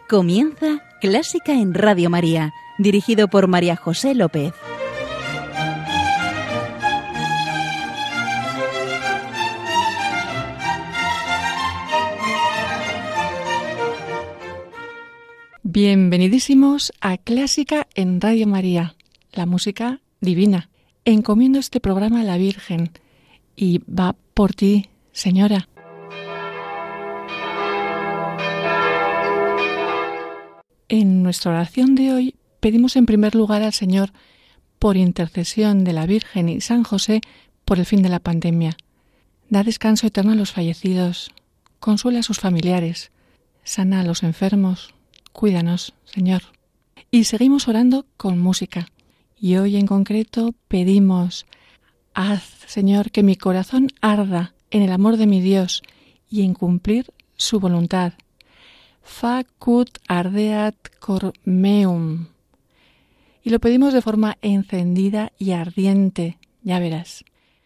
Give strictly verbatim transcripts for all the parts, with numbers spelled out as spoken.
Comienza Clásica en Radio María, dirigido por María José López. Bienvenidísimos a Clásica en Radio María, la música divina. Encomiendo este programa a la Virgen y va por ti, señora. En nuestra oración de hoy pedimos en primer lugar al Señor, por intercesión de la Virgen y San José, por el fin de la pandemia. Da descanso eterno a los fallecidos, consuela a sus familiares, sana a los enfermos, cuídanos, Señor. Y seguimos orando con música. Y hoy en concreto pedimos: haz, Señor, que mi corazón arda en el amor de mi Dios y en cumplir su voluntad. Facut ardeat cor meum. Y lo pedimos de forma encendida y ardiente, ya verás.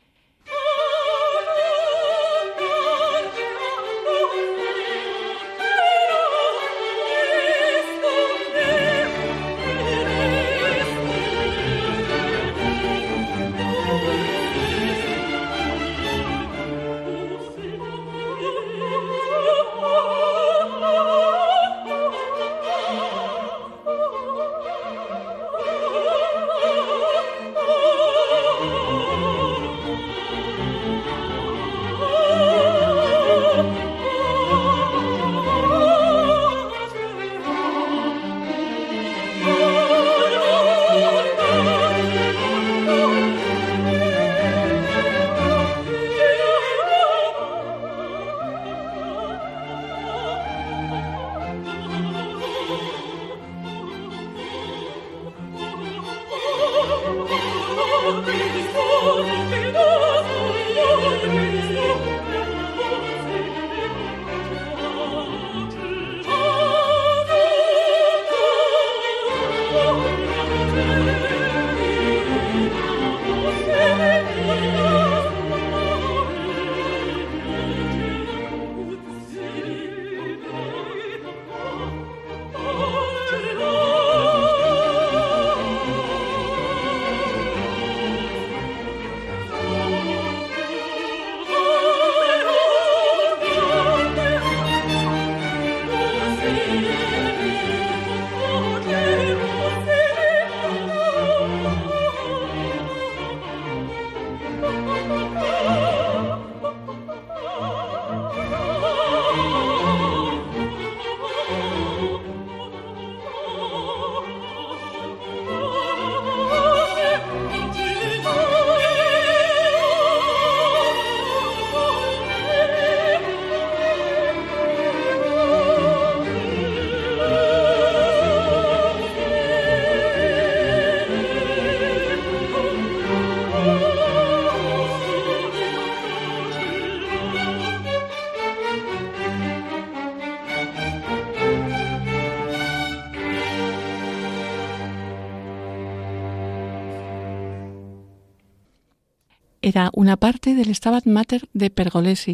Era una parte del Stabat Mater de Pergolesi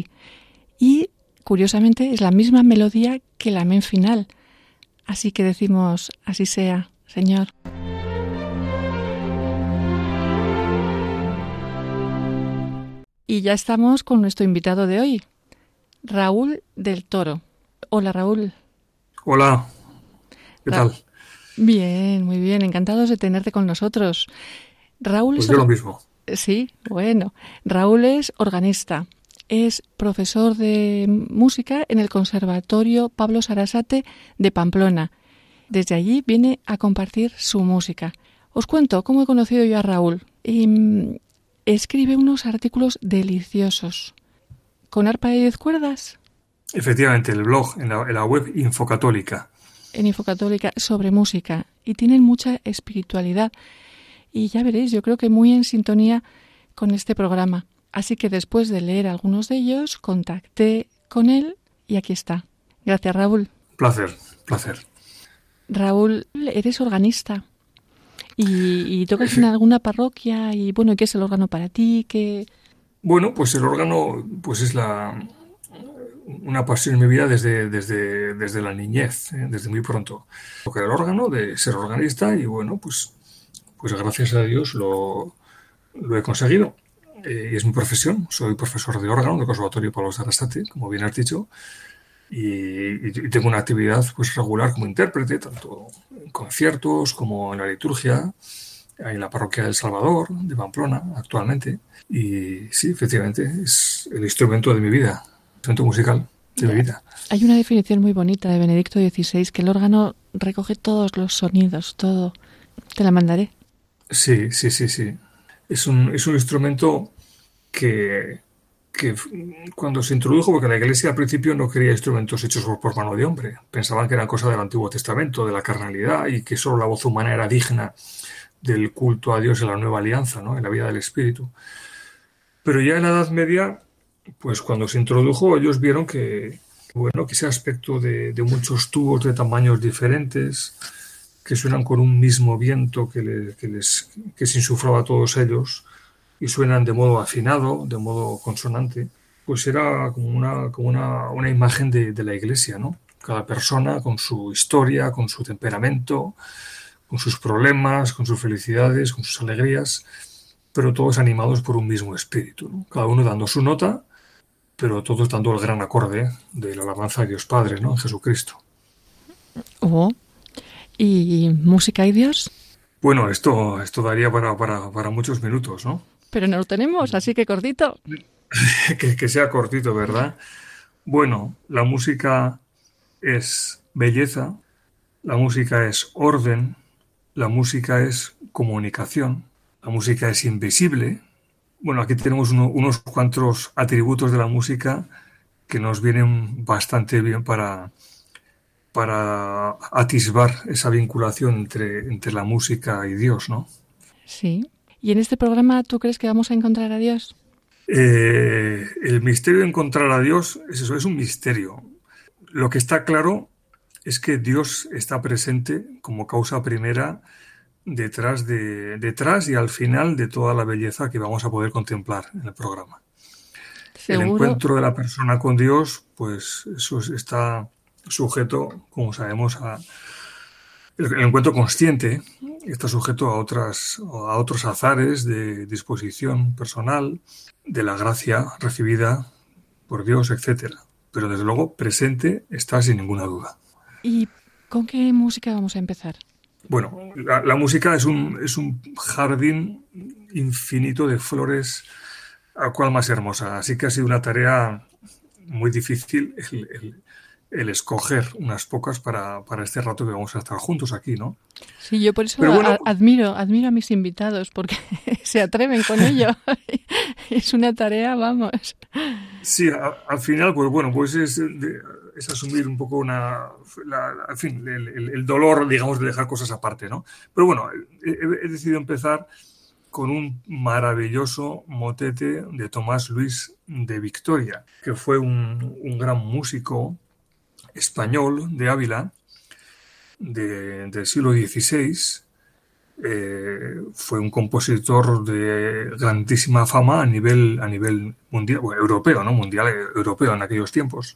y, curiosamente, es la misma melodía que el amén final. Así que decimos: así sea, Señor. Y ya estamos con nuestro invitado de hoy, Raúl del Toro. Hola, Raúl. Hola, ¿qué Ra- tal? Bien, muy bien, encantados de tenerte con nosotros. Raúl pues es... yo lo mismo. Sí, bueno. Raúl es organista, es profesor de música en el Conservatorio Pablo Sarasate de Pamplona. Desde allí viene a compartir su música. Os cuento cómo he conocido yo a Raúl. Y escribe unos artículos deliciosos. ¿Con arpa de diez cuerdas? Efectivamente, el blog en la, en la web Infocatólica. En Infocatólica, sobre música. Y tienen mucha espiritualidad. Y ya veréis, yo creo que muy en sintonía con este programa. Así que después de leer algunos de ellos, contacté con él y aquí está. Gracias, Raúl. Placer, placer. Raúl, eres organista y, y tocas en alguna parroquia y, bueno, ¿qué es el órgano para ti? ¿Qué... Bueno, pues el órgano pues es la una pasión en mi vida desde, desde, desde la niñez, ¿eh? Desde muy pronto. Tocar el órgano, de ser organista y bueno, pues, pues gracias a Dios lo, lo he conseguido. Eh, y es mi profesión, soy profesor de órgano del Conservatorio Pablo de Arrasate, como bien has dicho, y, y tengo una actividad pues regular como intérprete, tanto en conciertos como en la liturgia, en la parroquia del Salvador, de Pamplona, actualmente. Y sí, efectivamente, es el instrumento de mi vida, el instrumento musical de mi vida. Hay una definición muy bonita de Benedicto dieciséis, que el órgano recoge todos los sonidos, todo. Te la mandaré. Sí, sí, sí, sí. Es un, es un instrumento que, que cuando se introdujo, porque la Iglesia al principio no quería instrumentos hechos por, por mano de hombre. Pensaban que eran cosa del Antiguo Testamento, de la carnalidad, y que solo la voz humana era digna del culto a Dios en la nueva alianza, ¿no? En la vida del Espíritu. Pero ya en la Edad Media, pues cuando se introdujo, ellos vieron que, bueno, que ese aspecto de, de muchos tubos de tamaños diferentes, que suenan con un mismo viento que, le, que, les, que se insuflaba a todos ellos, y suenan de modo afinado, de modo consonante, pues era como una, como una, una imagen de, de la Iglesia, ¿no? Cada persona con su historia, con su temperamento, con sus problemas, con sus felicidades, con sus alegrías, pero todos animados por un mismo espíritu, ¿no? Cada uno dando su nota, pero todos dando el gran acorde de la alabanza de Dios Padre, ¿no? En Jesucristo. Oh. ¿Y música y Dios? Bueno, esto, esto daría para, para, para muchos minutos, ¿no? Pero no lo tenemos, así que cortito. que, que sea cortito, ¿verdad? Bueno, la música es belleza, la música es orden, la música es comunicación, la música es invisible. Bueno, aquí tenemos uno, unos cuantos atributos de la música que nos vienen bastante bien para, para atisbar esa vinculación entre, entre la música y Dios, ¿no? Sí. ¿Y en este programa tú crees que vamos a encontrar a Dios? Eh, el misterio de encontrar a Dios es eso, es un misterio. Lo que está claro es que Dios está presente como causa primera detrás, de, detrás y al final de toda la belleza que vamos a poder contemplar en el programa. ¿Seguro? El encuentro de la persona con Dios, pues eso está sujeto, como sabemos, a el, el encuentro consciente, está sujeto a otras, a otros azares de disposición personal, de la gracia recibida por Dios, etcétera. Pero desde luego presente está sin ninguna duda. ¿Y con qué música vamos a empezar? Bueno, la, la música es un, es un jardín infinito de flores, a cual más hermosa. Así que ha sido una tarea muy difícil el, el, el escoger unas pocas para, para este rato que vamos a estar juntos aquí, ¿no? Sí, yo por eso bueno, a, admiro, admiro a mis invitados, porque se atreven con ello. Es una tarea, vamos. Sí, a, al final, pues bueno, pues es, de, es asumir un poco una, la, en fin, el, el, el dolor, digamos, de dejar cosas aparte, ¿no? Pero bueno, he, he decidido empezar con un maravilloso motete de Tomás Luis de Victoria, que fue un, un gran músico español de Ávila de, del siglo dieciséis. Eh, fue un compositor de grandísima fama a nivel, a nivel mundial, bueno, europeo, ¿no? Mundial europeo en aquellos tiempos.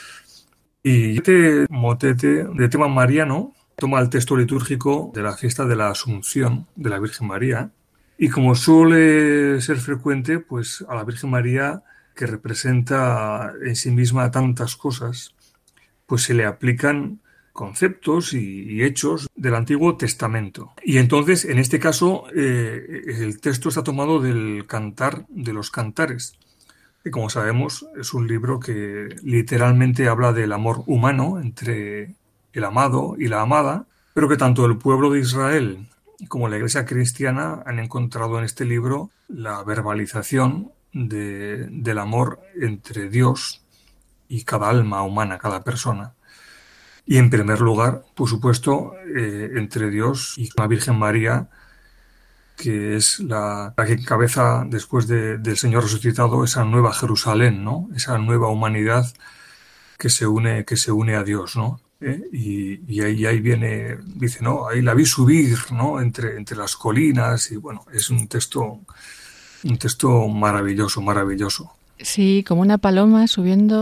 Y este motete de tema mariano toma el texto litúrgico de la fiesta de la Asunción de la Virgen María. Y como suele ser frecuente, pues a la Virgen María, que representa en sí misma tantas cosas, pues se le aplican conceptos y, y hechos del Antiguo Testamento. Y entonces, en este caso, eh, el texto está tomado del Cantar de los Cantares, que como sabemos es un libro que literalmente habla del amor humano entre el amado y la amada, pero que tanto el pueblo de Israel como la Iglesia cristiana han encontrado en este libro la verbalización de, del amor entre Dios y cada alma humana, cada persona. Y en primer lugar, por supuesto, eh, entre Dios y la Virgen María, que es la, la que encabeza después de, del Señor resucitado esa nueva Jerusalén, ¿no? Esa nueva humanidad que se une, que se une a Dios, ¿no? ¿Eh? Y, y ahí, ahí viene, dice, ¿no? Ahí la vi subir, ¿no? Entre, entre las colinas y bueno, es un texto, un texto maravilloso, maravilloso. Sí, como una paloma subiendo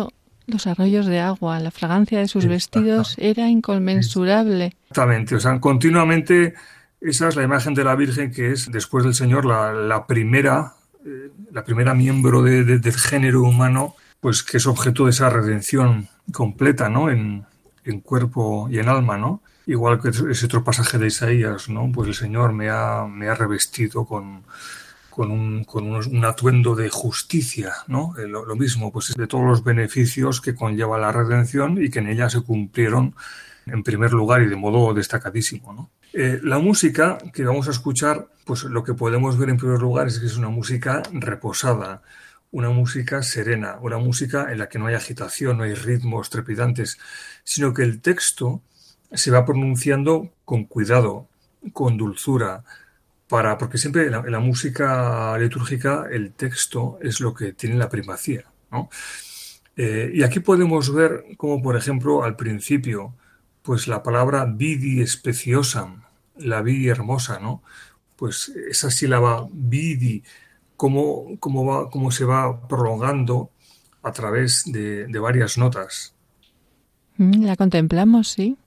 Los arroyos de agua, la fragancia de sus vestidos era inconmensurable. Exactamente, o sea, continuamente esa es la imagen de la Virgen que es, después del Señor, la, la primera, eh, la primera miembro de, de, del género humano, pues que es objeto de esa redención completa, ¿no? En, en cuerpo y en alma, ¿no? Igual que ese otro pasaje de Isaías, ¿no? Pues el Señor me ha, me ha revestido con... con un, con unos, un atuendo de justicia, ¿no? Eh, lo, lo mismo, pues de todos los beneficios que conlleva la redención y que en ella se cumplieron en primer lugar y de modo destacadísimo, ¿no? Eh, la música que vamos a escuchar, pues lo que podemos ver en primer lugar es que es una música reposada, una música serena, una música en la que no hay agitación, no hay ritmos trepidantes, sino que el texto se va pronunciando con cuidado, con dulzura, Para, porque siempre en la, en la música litúrgica el texto es lo que tiene la primacía, ¿no? Eh, y aquí podemos ver como, por ejemplo, al principio, pues la palabra vidi speciosam, la vi hermosa, ¿no? Pues esa sílaba vidi, cómo, cómo, va, cómo se va prolongando a través de, de varias notas. La contemplamos, sí.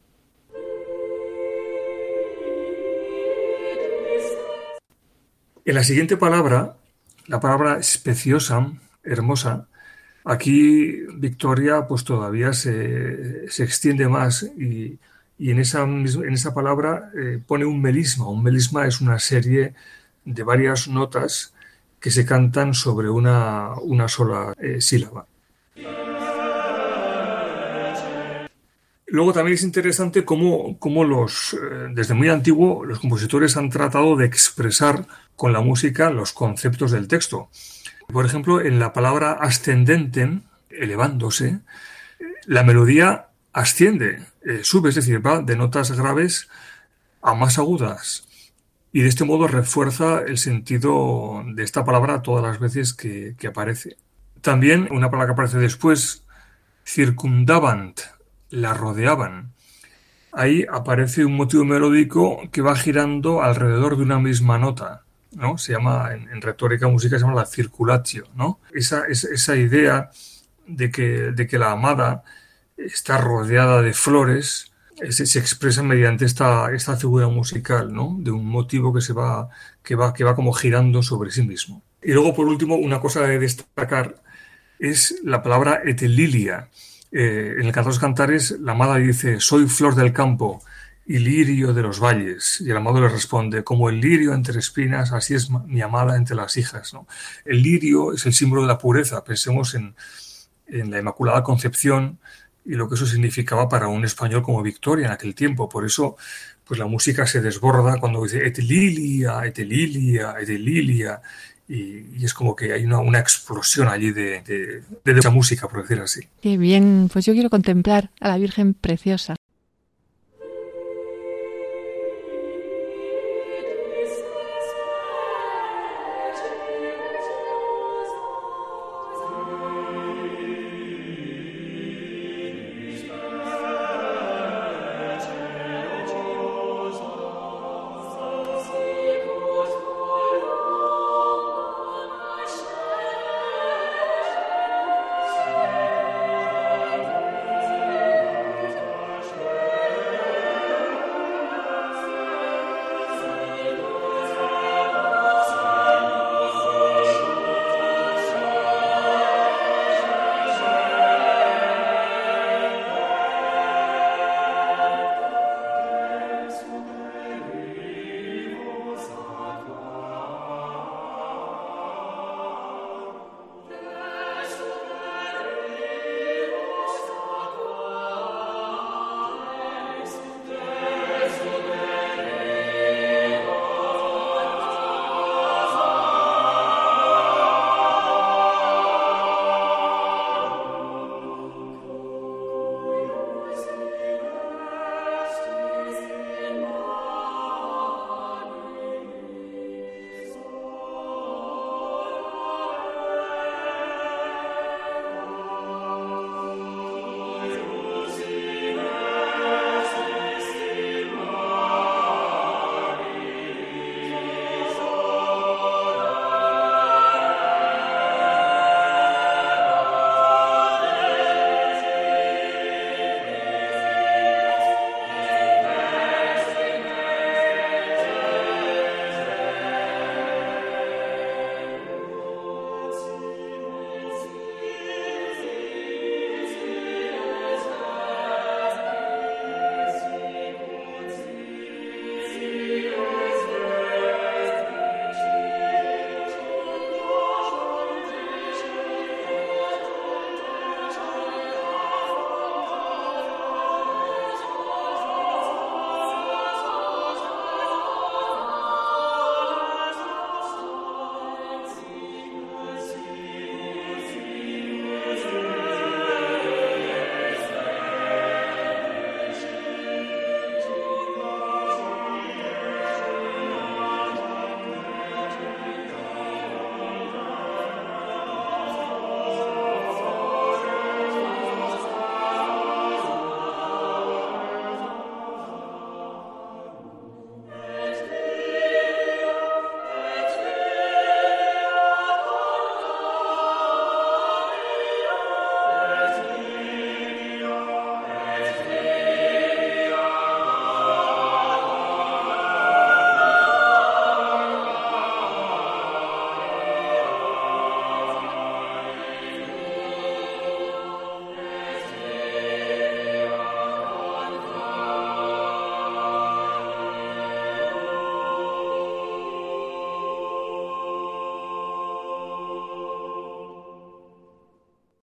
En la siguiente palabra, la palabra speciosam, hermosa, aquí Victoria pues todavía se, se extiende más y, y en, esa, en esa palabra eh, pone un melisma. Un melisma es una serie de varias notas que se cantan sobre una, una sola eh, sílaba. Luego también es interesante cómo, cómo los, eh, desde muy antiguo los compositores han tratado de expresar con la música los conceptos del texto. Por ejemplo, en la palabra ascendentem, elevándose, la melodía asciende, eh, sube, es decir, va de notas graves a más agudas. Y de este modo refuerza el sentido de esta palabra todas las veces que, que aparece. También una palabra que aparece después, circundavant, la rodeaban. Ahí aparece un motivo melódico que va girando alrededor de una misma nota, ¿no? Se llama, en, en retórica musical se llama la circulatio, ¿no? Esa, esa, esa idea de que, de que la amada está rodeada de flores se, se expresa mediante esta, esta figura musical, ¿no? De un motivo que se va, que va, que va como girando sobre sí mismo. Y luego, por último, una cosa de destacar es la palabra etelilia. Eh, en el Cantar de los Cantares, la amada dice: soy flor del campo y lirio de los valles. Y el amado le responde: como el lirio entre espinas, así es mi amada entre las hijas, ¿no? El lirio es el símbolo de la pureza. Pensemos en, en la Inmaculada Concepción y lo que eso significaba para un español como Victoria en aquel tiempo. Por eso, pues la música se desborda cuando dice etelilia, etelilia, etelilia. Y, y es como que hay una, una explosión allí de, de, de esa música, por decir así. Qué bien, pues yo quiero contemplar a la Virgen preciosa.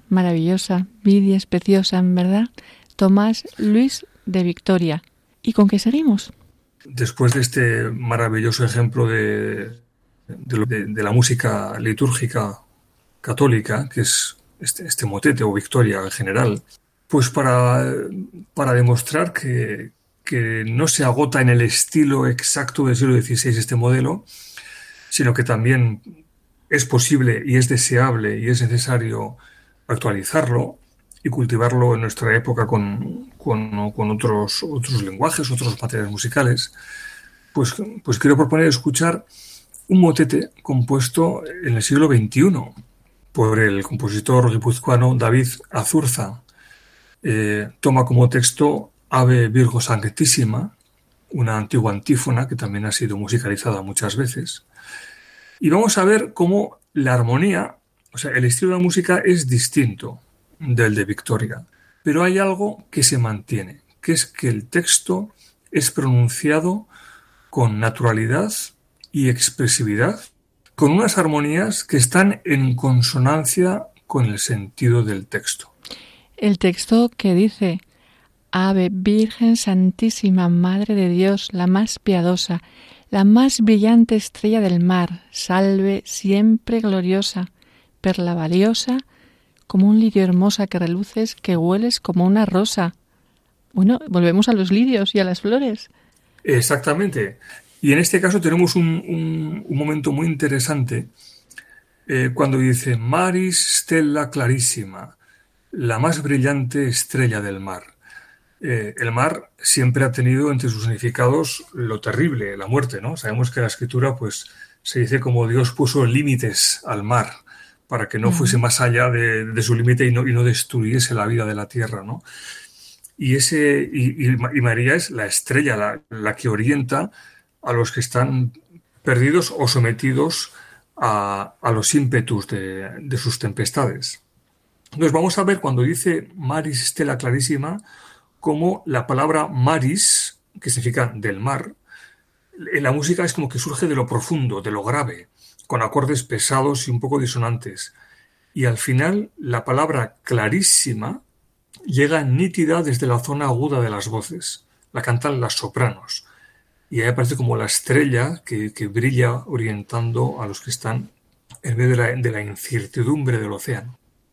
Maravillosa, Vidi es preciosa, en verdad. Tomás Luis de Victoria. ¿Y con qué seguimos? Después de este maravilloso ejemplo de, de, de, de la música litúrgica católica, que es este, este motete o Victoria en general, pues para, para demostrar que, que no se agota en el estilo exacto del siglo dieciséis este modelo, sino que también es posible y es deseable y es necesario actualizarlo y cultivarlo en nuestra época con, con, con otros, otros lenguajes, otros materiales musicales, pues, pues quiero proponer escuchar un motete compuesto en el siglo veintiuno por el compositor guipuzcoano David Azurza. Eh, toma como texto Ave Virgo Sanctísima, una antigua antífona que también ha sido musicalizada muchas veces. Y vamos a ver cómo la armonía, o sea, el estilo de la música es distinto del de Victoria, pero hay algo que se mantiene, que es que el texto es pronunciado con naturalidad y expresividad, con unas armonías que están en consonancia con el sentido del texto. El texto que dice: Ave Virgen Santísima, Madre de Dios, la más piadosa, la más brillante estrella del mar, salve siempre gloriosa, perla valiosa, como un lirio hermosa que reluces, que hueles como una rosa. Bueno, volvemos a los lirios y a las flores. Exactamente. Y en este caso tenemos un, un, un momento muy interesante eh, cuando dice Maris Stella Clarissima, la más brillante estrella del mar. Eh, el mar siempre ha tenido entre sus significados lo terrible, la muerte, ¿no? Sabemos que la escritura pues, se dice como Dios puso límites al mar para que no fuese más allá de, de su límite y no, y no destruyese la vida de la tierra, ¿no? Y, ese, y, y, y María es la estrella, la, la que orienta a los que están perdidos o sometidos a, a los ímpetus de, de sus tempestades. Entonces vamos a ver cuando dice Maris Stella Clarissima, como la palabra maris, que significa del mar, en la música es como que surge de lo profundo, de lo grave, con acordes pesados y un poco disonantes. Y al final la palabra clarísima llega nítida desde la zona aguda de las voces. La cantan las sopranos. Y ahí aparece como la estrella que, que brilla orientando a los que están en medio de la, de la incertidumbre del océano.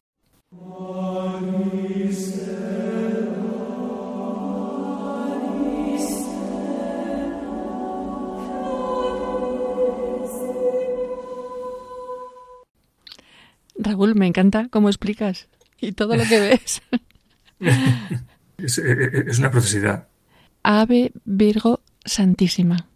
Raúl, me encanta cómo explicas y todo lo que ves. es, es una preciosidad. Ave Virgo Santísima.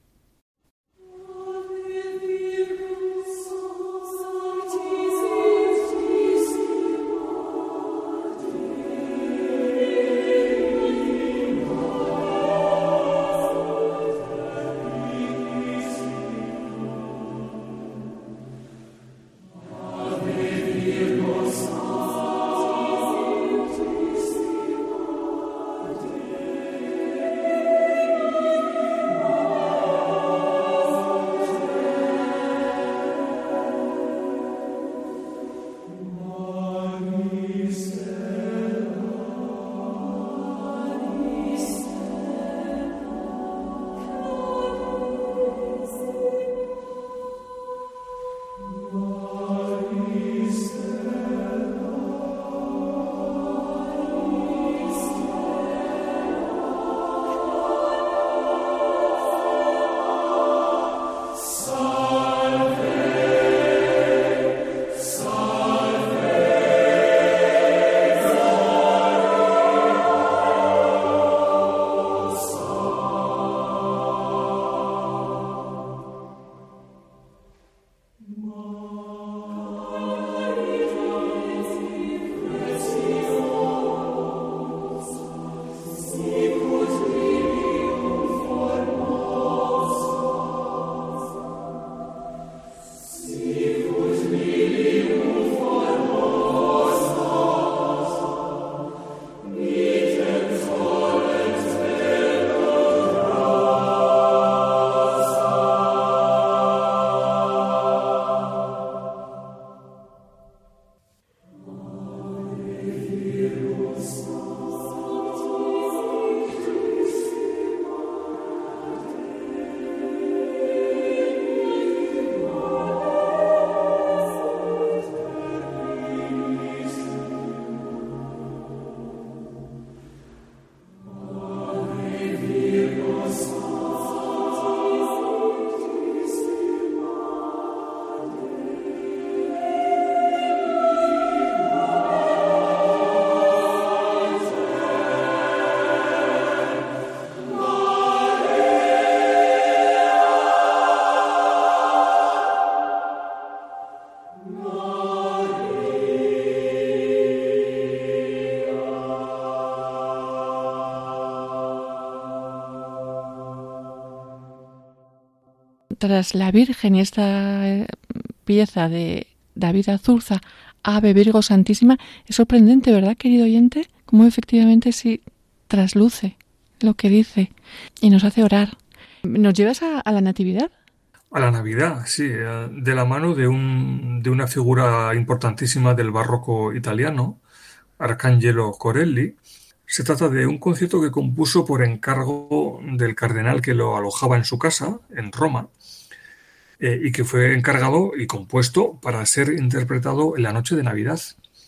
tras la Virgen y esta pieza de David Azurza, Ave Virgo Santísima, es sorprendente, ¿verdad, querido oyente? Cómo efectivamente sí trasluce lo que dice y nos hace orar. ¿Nos llevas a, a la Natividad? A la Navidad, sí, de la mano de, un, de una figura importantísima del barroco italiano, Arcangelo Corelli. Se trata de un concierto que compuso por encargo del cardenal que lo alojaba en su casa, en Roma, eh, y que fue encargado y compuesto para ser interpretado en la noche de Navidad.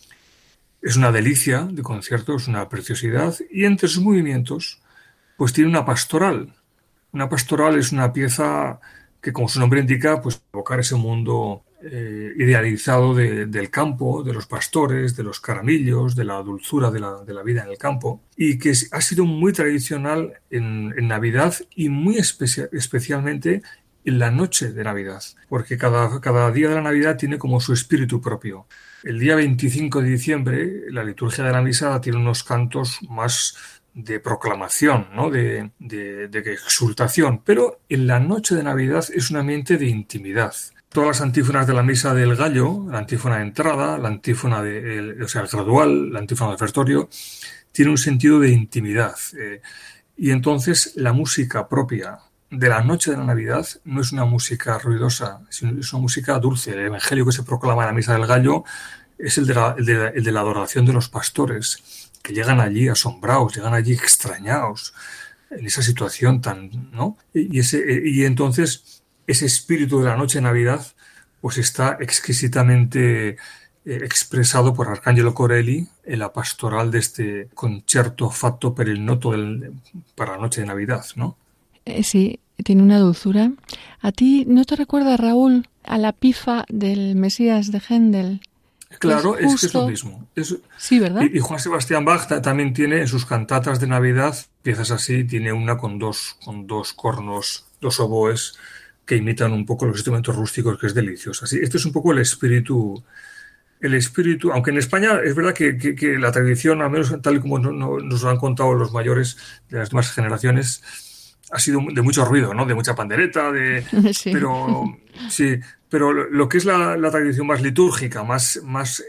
Es una delicia de concierto, es una preciosidad, y entre sus movimientos pues tiene una pastoral. Una pastoral es una pieza que, como su nombre indica, pues evocar ese mundo eh, idealizado de, del campo, de los pastores, de los caramillos, de la dulzura de la, de la vida en el campo, y que ha sido muy tradicional en, en Navidad y muy especia, especialmente en la noche de Navidad, porque cada, cada día de la Navidad tiene como su espíritu propio. El día veinticinco de diciembre, la liturgia de la misa tiene unos cantos más de proclamación, ¿no? de, de, de exultación, pero en la noche de Navidad es un ambiente de intimidad. Todas las antífonas de la misa del gallo, la antífona de entrada, la antífona de, el, o sea, el gradual, la antífona del ofertorio, tiene un sentido de intimidad. Eh, y entonces la música propia de la noche de la Navidad no es una música ruidosa, sino es una música dulce. El evangelio que se proclama en la misa del gallo es el de la, el de, el de la adoración de los pastores, que llegan allí asombrados, llegan allí extrañados en esa situación tan, ¿no? Y, ese, y entonces ese espíritu de la noche de Navidad pues está exquisitamente eh, expresado por Arcangelo Corelli en la pastoral de este concerto fatto per il noto del, para la noche de Navidad, ¿no? Eh, sí, tiene una dulzura. ¿A ti no te recuerda, Raúl, a la Pifa del Mesías de Händel? Claro, es, es, es que es lo mismo. Es, sí, ¿verdad? Y, y Juan Sebastián Bach también tiene en sus cantatas de Navidad piezas así, tiene una con dos, con dos cornos, dos oboes que imitan un poco los instrumentos rústicos, que es delicioso. Así, este es un poco el espíritu, el espíritu, aunque en España es verdad que, que, que la tradición, al menos tal y como no, no, nos lo han contado los mayores de las demás generaciones, ha sido de mucho ruido, ¿no? De mucha pandereta, de, sí. pero sí, pero lo que es la, la tradición más litúrgica, más, más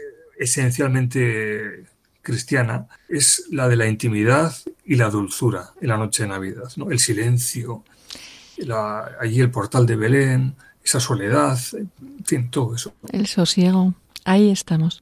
esencialmente cristiana, es la de la intimidad y la dulzura en la noche de Navidad, ¿no? El silencio, la, allí el portal de Belén, esa soledad, en fin, todo eso. El sosiego, ahí estamos.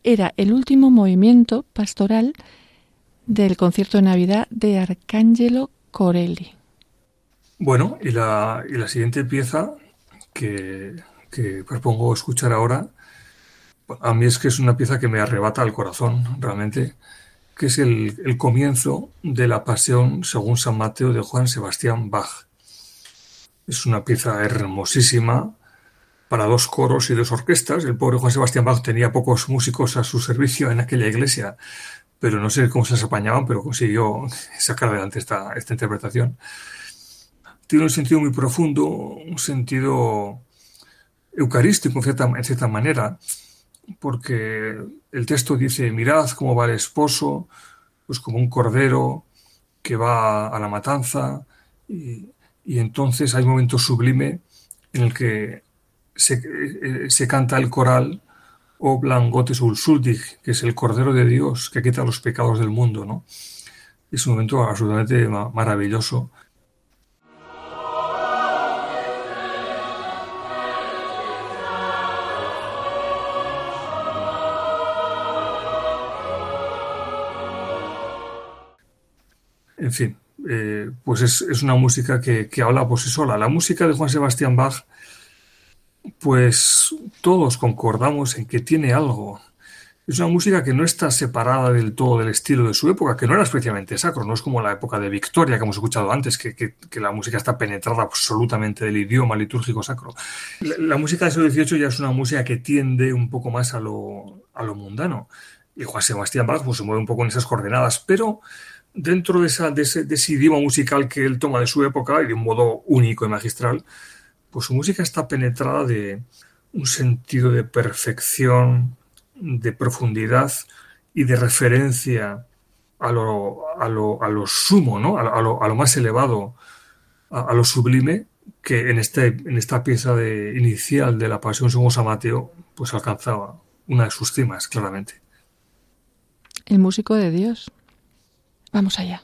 era el último movimiento pastoral del concierto de Navidad de Arcangelo Corelli. Bueno, y la, y la siguiente pieza que, que propongo escuchar ahora, a mí es que es una pieza que me arrebata el corazón, realmente, que es el, el comienzo de la Pasión según San Mateo de Johann Sebastian Bach. Es una pieza hermosísima para dos coros y dos orquestas. El pobre Johann Sebastian Bach tenía pocos músicos a su servicio en aquella iglesia, pero no sé cómo se las apañaban, pero consiguió sacar adelante esta, esta interpretación. Tiene un sentido muy profundo, un sentido eucarístico en cierta, en cierta manera, porque el texto dice: mirad cómo va el esposo, pues como un cordero que va a la matanza, y, y entonces hay un momento sublime en el que se, eh, se canta el coral O Lamb Gottes unschuldig, que es el Cordero de Dios que quita los pecados del mundo, ¿no? Es un momento absolutamente ma- maravilloso. En fin, eh, pues es, es una música que, que habla por sí sola. La música de Juan Sebastián Bach, pues todos concordamos en que tiene algo. Es una música que no está separada del todo del estilo de su época, que no era especialmente sacro, no es como la época de Victoria que hemos escuchado antes, que, que, que la música está penetrada absolutamente del idioma litúrgico sacro. La, la música del siglo dieciocho ya es una música que tiende un poco más a lo, a lo mundano. Y Juan Sebastián Bach pues, se mueve un poco en esas coordenadas, pero dentro de, esa, de, ese, de ese idioma musical que él toma de su época y de un modo único y magistral, pues su música está penetrada de un sentido de perfección, de profundidad y de referencia a lo, a lo, a lo sumo, ¿no? a, a, lo, a lo más elevado, a, a lo sublime, que en, este, en esta pieza de, inicial de la Pasión según San Mateo pues alcanzaba una de sus cimas, claramente. El músico de Dios. Vamos allá.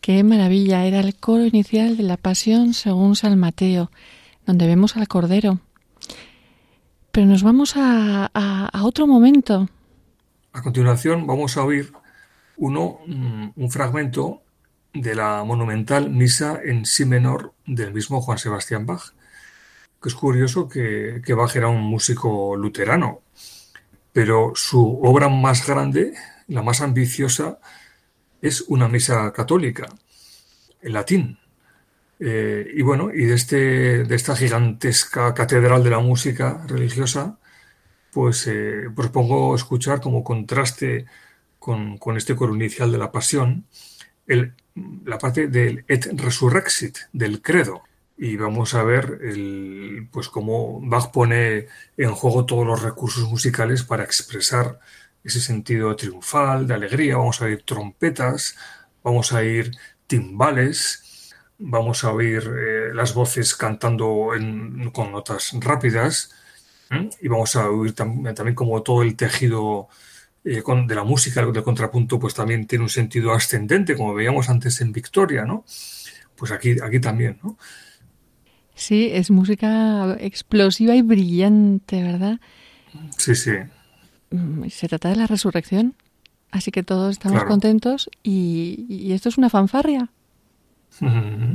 Qué maravilla, era el coro inicial de la Pasión según San Mateo, donde vemos al Cordero. Pero nos vamos a, a, a otro momento. A continuación vamos a oír uno, un fragmento de la monumental Misa en Si menor del mismo Juan Sebastián Bach, que es curioso que, que Bach era un músico luterano, pero su obra más grande, la más ambiciosa, es una misa católica, en latín. Eh, y bueno, y de, este, de esta gigantesca catedral de la música religiosa, pues eh, propongo escuchar como contraste con, con este coro inicial de la Pasión, el, la parte del Et Resurrexit, del credo. Y vamos a ver el, pues cómo Bach pone en juego todos los recursos musicales para expresar ese sentido triunfal, de alegría. Vamos a oír trompetas, vamos a oír timbales, vamos a oír eh, las voces cantando en, con notas rápidas, ¿eh? Y vamos a oír tam- también como todo el tejido eh, con, de la música, del contrapunto, pues también tiene un sentido ascendente, como veíamos antes en Victoria, ¿no? Pues aquí, aquí también, ¿no? Sí, es música explosiva y brillante, ¿verdad? Sí, sí. Se trata de la resurrección, así que todos estamos Claro. contentos y, y esto es una fanfarria. Mm-hmm.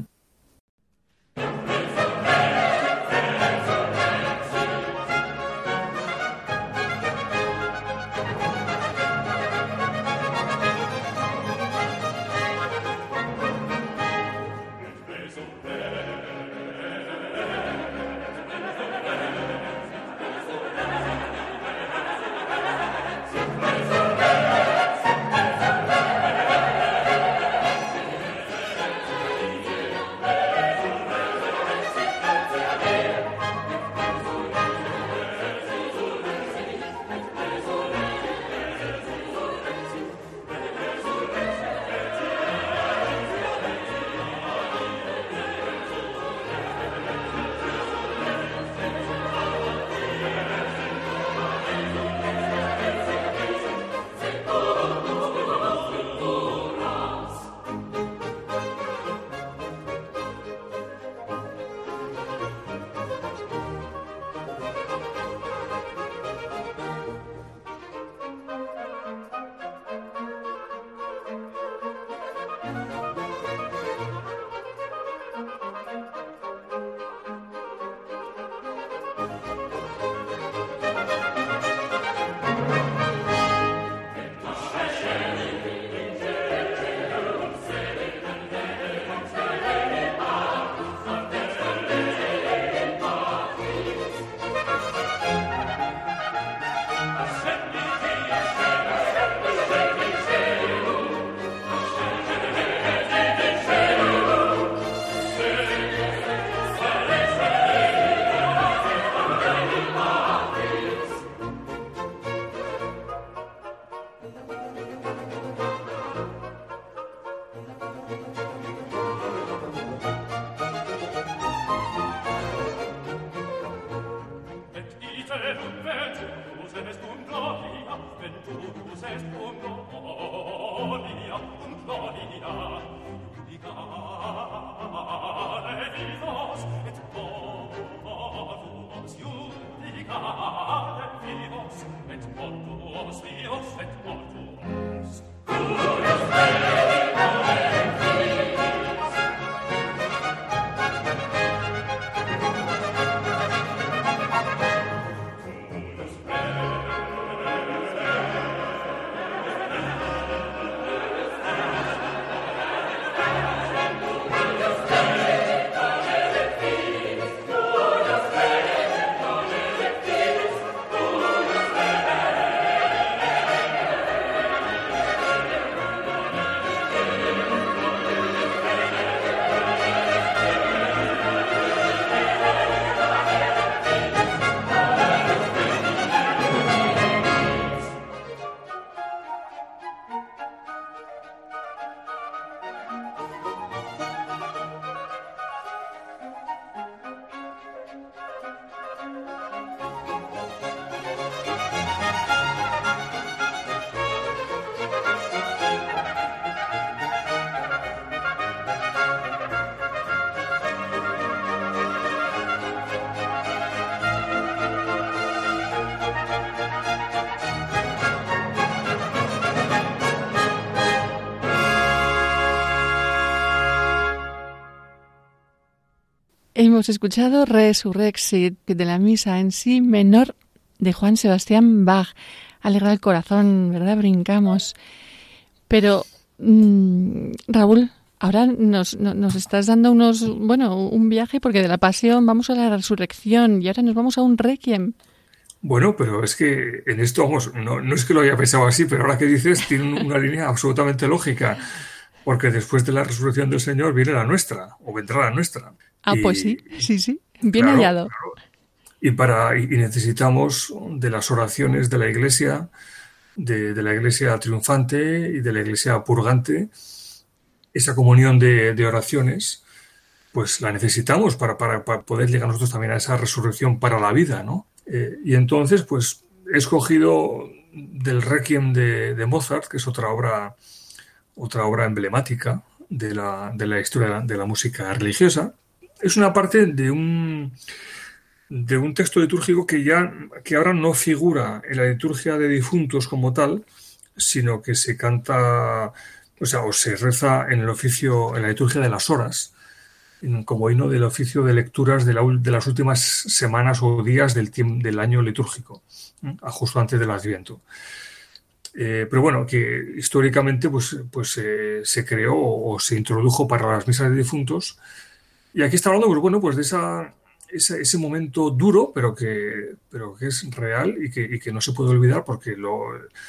Hemos escuchado Resurrexit de la misa en si menor de Juan Sebastián Bach. Alegra el corazón, ¿verdad? Brincamos. Pero, mmm, Raúl, ahora nos, nos, nos estás dando unos, bueno, un viaje, porque de la pasión vamos a la resurrección y ahora nos vamos a un requiem. Bueno, pero es que en esto, vamos, no, no es que lo haya pensado así, pero ahora que dices, tiene una línea absolutamente lógica, porque después de la resurrección del Señor viene la nuestra, o vendrá la nuestra. Ah, y, pues sí, sí, sí, bien claro, hallado. Claro. Y, para, y necesitamos de las oraciones de la Iglesia, de, de la Iglesia triunfante y de la Iglesia purgante, esa comunión de, de oraciones, pues la necesitamos para, para, para poder llegar nosotros también a esa resurrección para la vida, ¿no? Eh, y entonces, pues he escogido del Requiem de, de Mozart, que es otra obra, otra obra emblemática de la, de la historia de la música religiosa. Es una parte de un, de un texto litúrgico que ya que ahora no figura en la liturgia de difuntos como tal, sino que se canta, o sea, o se reza en el oficio, en la liturgia de las horas, como himno del oficio de lecturas de, la, de las últimas semanas o días del, del año litúrgico, ¿eh? justo antes del Adviento. Eh, pero bueno, que históricamente pues, pues eh, se creó o se introdujo para las misas de difuntos. Y aquí está hablando, pues bueno, pues de esa, esa, ese momento duro, pero que, pero que es real y que, y que no se puede olvidar porque lo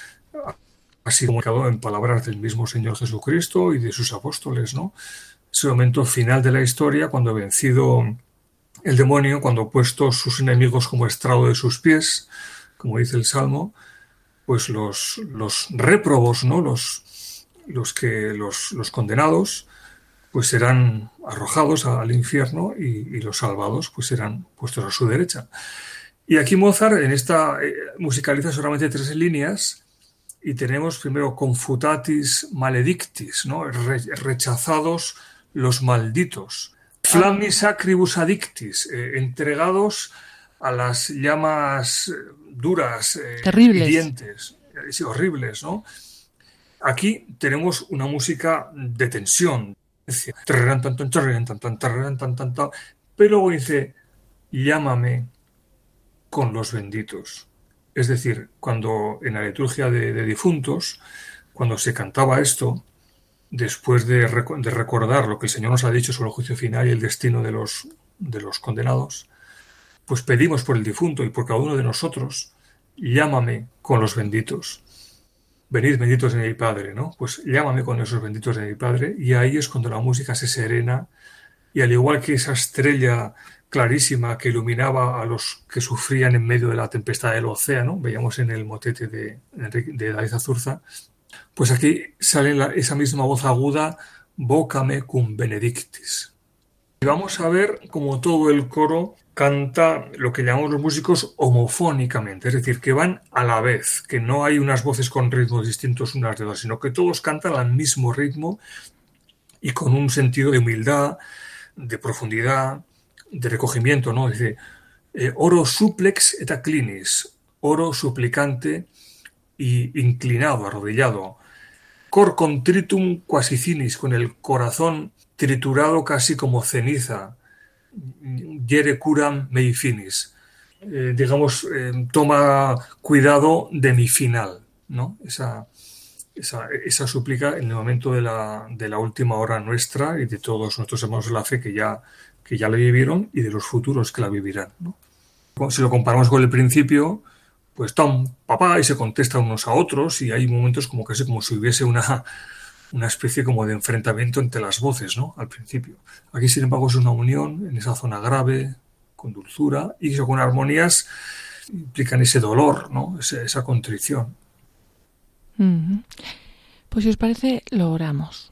ha sido comunicado en palabras del mismo Señor Jesucristo y de sus apóstoles, ¿no? Ese momento final de la historia, cuando vencido el demonio, cuando puesto sus enemigos como estrado de sus pies, como dice el Salmo, pues los, los réprobos, ¿no? Los, los, que, los, los condenados, pues serán arrojados al infierno y, y los salvados pues serán puestos a su derecha. Y aquí Mozart en esta eh, musicaliza solamente tres líneas y tenemos primero confutatis maledictis, ¿no? Re, rechazados los malditos. Flammi sacribus addictis, eh, entregados a las llamas duras, eh, terribles, hirientes, eh, sí, horribles, ¿no? Aquí tenemos una música de tensión, pero luego dice, llámame con los benditos. Es decir, cuando en la liturgia de, de difuntos, cuando se cantaba esto, después de, rec- de recordar lo que el Señor nos ha dicho sobre el juicio final y el destino de los, de los condenados, pues pedimos por el difunto y por cada uno de nosotros, llámame con los benditos. Venid benditos de mi Padre, ¿no? Pues llámame con esos benditos de mi Padre, y ahí es cuando la música se serena, y al igual que esa estrella clarísima que iluminaba a los que sufrían en medio de la tempestad del océano, veíamos en el motete de, de David Azurza, pues aquí sale la, esa misma voz aguda, vocame cum benedictis. Y vamos a ver cómo todo el coro canta lo que llamamos los músicos homofónicamente, es decir, que van a la vez, que no hay unas voces con ritmos distintos unas de otras, sino que todos cantan al mismo ritmo y con un sentido de humildad, de profundidad, de recogimiento, ¿no? Dice, eh, oro suplex et acclinis, oro suplicante y inclinado, arrodillado, cor contritum quasi cinis, con el corazón triturado casi como ceniza, hiere curam mei finis, eh, digamos, eh, toma cuidado de mi final, ¿no? Esa, esa, esa súplica en el momento de la, de la última hora nuestra y de todos nuestros hermanos de la fe que ya, que ya la vivieron y de los futuros que la vivirán, ¿no? Si lo comparamos con el principio, pues tom, papá, y se contestan unos a otros y hay momentos como casi como si hubiese una, una especie como de enfrentamiento entre las voces, ¿no? Al principio. Aquí, sin embargo, es una unión en esa zona grave, con dulzura, y que con armonías implican ese dolor, ¿no? Esa, esa contrición. Uh-huh. Pues si os parece, lo oramos.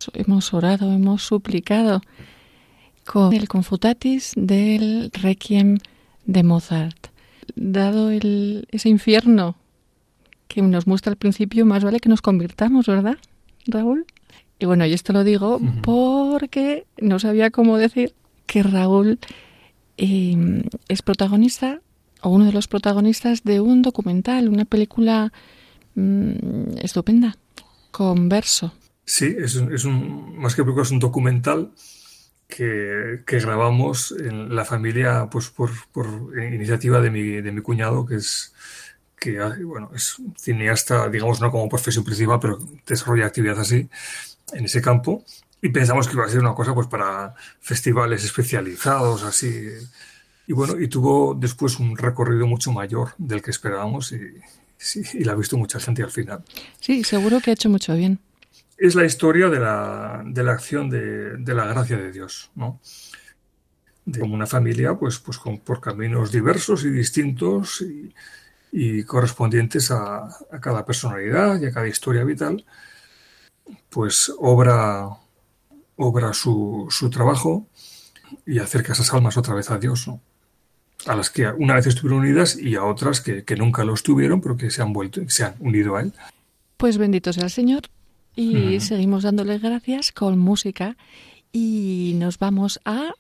hemos, hemos orado, hemos suplicado con el Confutatis del Requiem de Mozart. Dado el, ese infierno que nos muestra al principio, más vale que nos convirtamos, ¿verdad, Raúl? Y bueno, y esto lo digo uh-huh. porque no sabía cómo decir que Raúl eh, es protagonista, o uno de los protagonistas de un documental, una película mmm, estupenda, con verso. Sí, es un, es un más que película, es un documental que, que grabamos en la familia, pues por, por iniciativa de mi, de mi cuñado, que es que bueno es cineasta, digamos, no como profesión principal, pero desarrolla actividad así en ese campo, y pensamos que iba a ser una cosa pues para festivales especializados, así. Y bueno, y tuvo después un recorrido mucho mayor del que esperábamos y, sí, y la ha visto mucha gente al final. Sí, seguro que ha hecho mucho bien. Es la historia de la, de la acción de, de la gracia de Dios, ¿no? De como una familia, pues, pues con, por caminos diversos y distintos y, y correspondientes a, a cada personalidad y a cada historia vital, pues obra, obra su, su trabajo y acerca esas almas otra vez a Dios, ¿no? A las que una vez estuvieron unidas y a otras que, que nunca lo estuvieron, pero que se han vuelto, se han unido a Él. Pues bendito sea el Señor. Y mm. seguimos dándole gracias con música y nos vamos a...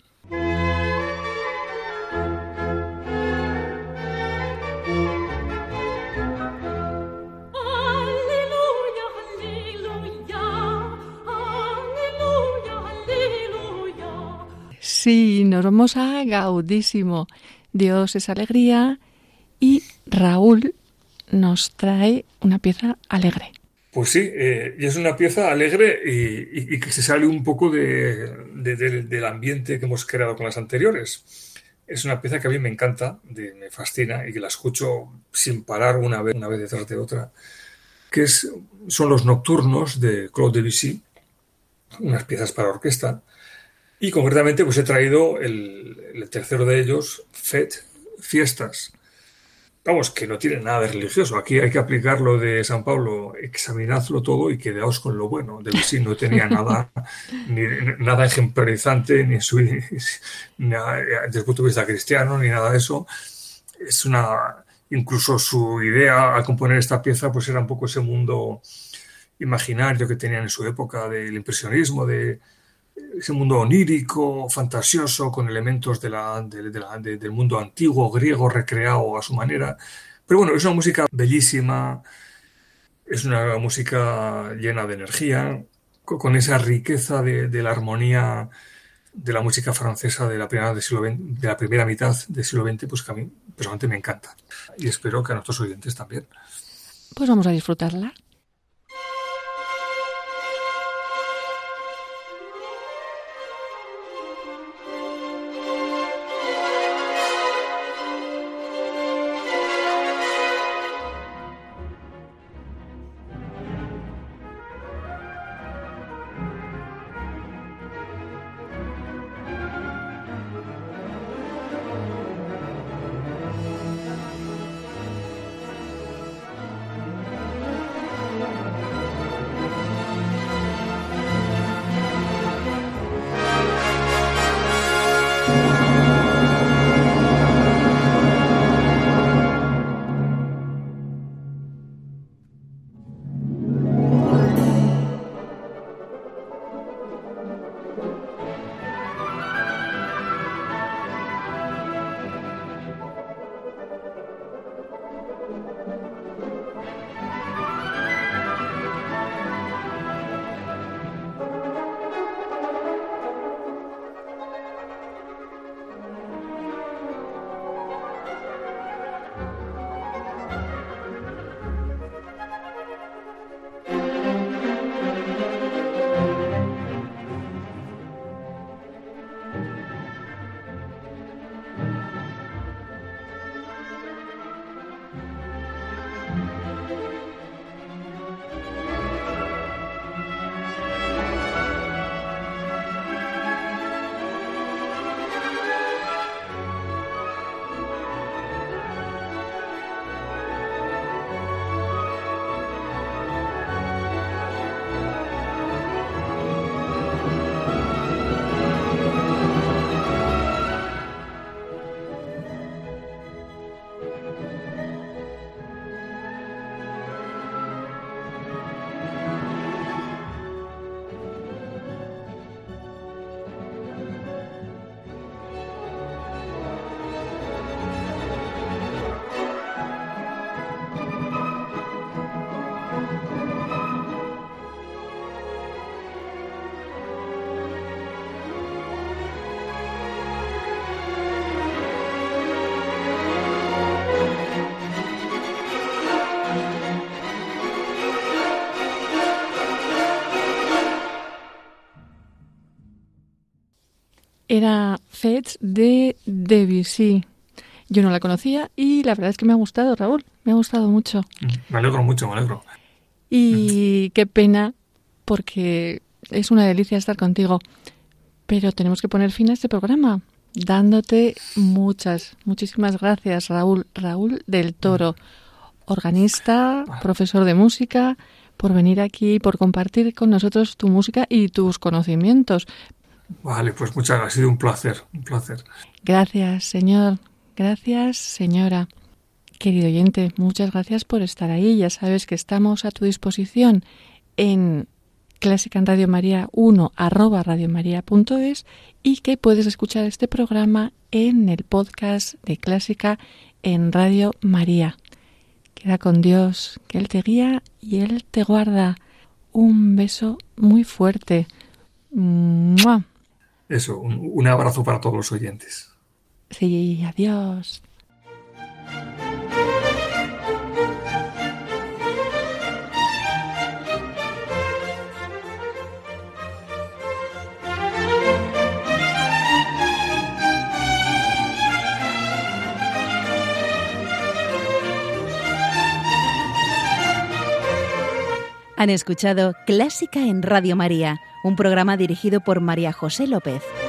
Sí, nos vamos a Gaudísimo. Dios es alegría y Raúl nos trae una pieza alegre. Pues sí, eh, y es una pieza alegre y, y, y que se sale un poco de, de, de, del ambiente que hemos creado con las anteriores. Es una pieza que a mí me encanta, de, me fascina y que la escucho sin parar una vez, una vez detrás de otra, que es, son los nocturnos de Claude Debussy, unas piezas para orquesta. Y concretamente pues he traído el, el tercero de ellos, Fête, fiestas. Vamos, que no tiene nada de religioso. Aquí hay que aplicar lo de San Pablo, examinadlo todo y quedaos con lo bueno. Debussy no tenía nada, ni, nada ejemplarizante, ni, su, ni desde el punto de vista cristiano, ni nada de eso. Es una, incluso su idea al componer esta pieza pues era un poco ese mundo imaginario que tenían en su época del impresionismo, de ese mundo onírico, fantasioso, con elementos de la, de, de la, de, del mundo antiguo, griego, recreado a su manera. Pero bueno, es una música bellísima, es una música llena de energía, con, con esa riqueza de, de la armonía de la música francesa de la primera, del siglo veinte, de la primera mitad del siglo veinte, pues que a mí personalmente me encanta. Y espero que a nuestros oyentes también. Pues vamos a disfrutarla. era Fets de Debussy. Yo no la conocía y la verdad es que me ha gustado, Raúl, me ha gustado mucho. Me alegro mucho, me alegro. Y qué pena, porque es una delicia estar contigo. Pero tenemos que poner fin a este programa, dándote muchas, muchísimas gracias, Raúl. Raúl del Toro, organista, profesor de música, por venir aquí, por compartir con nosotros tu música y tus conocimientos. Vale, pues muchas gracias, ha sido un placer, un placer. Gracias, señor. Gracias, señora. Querido oyente, muchas gracias por estar ahí. Ya sabes que estamos a tu disposición en Clásica en Radio María uno arroba radiomaria.es y que puedes escuchar este programa en el podcast de Clásica en Radio María. Queda con Dios, que Él te guía y Él te guarda. Un beso muy fuerte. ¡Mua! Eso, un, un abrazo para todos los oyentes. Sí, adiós. Han escuchado Clásica en Radio María, un programa dirigido por María José López.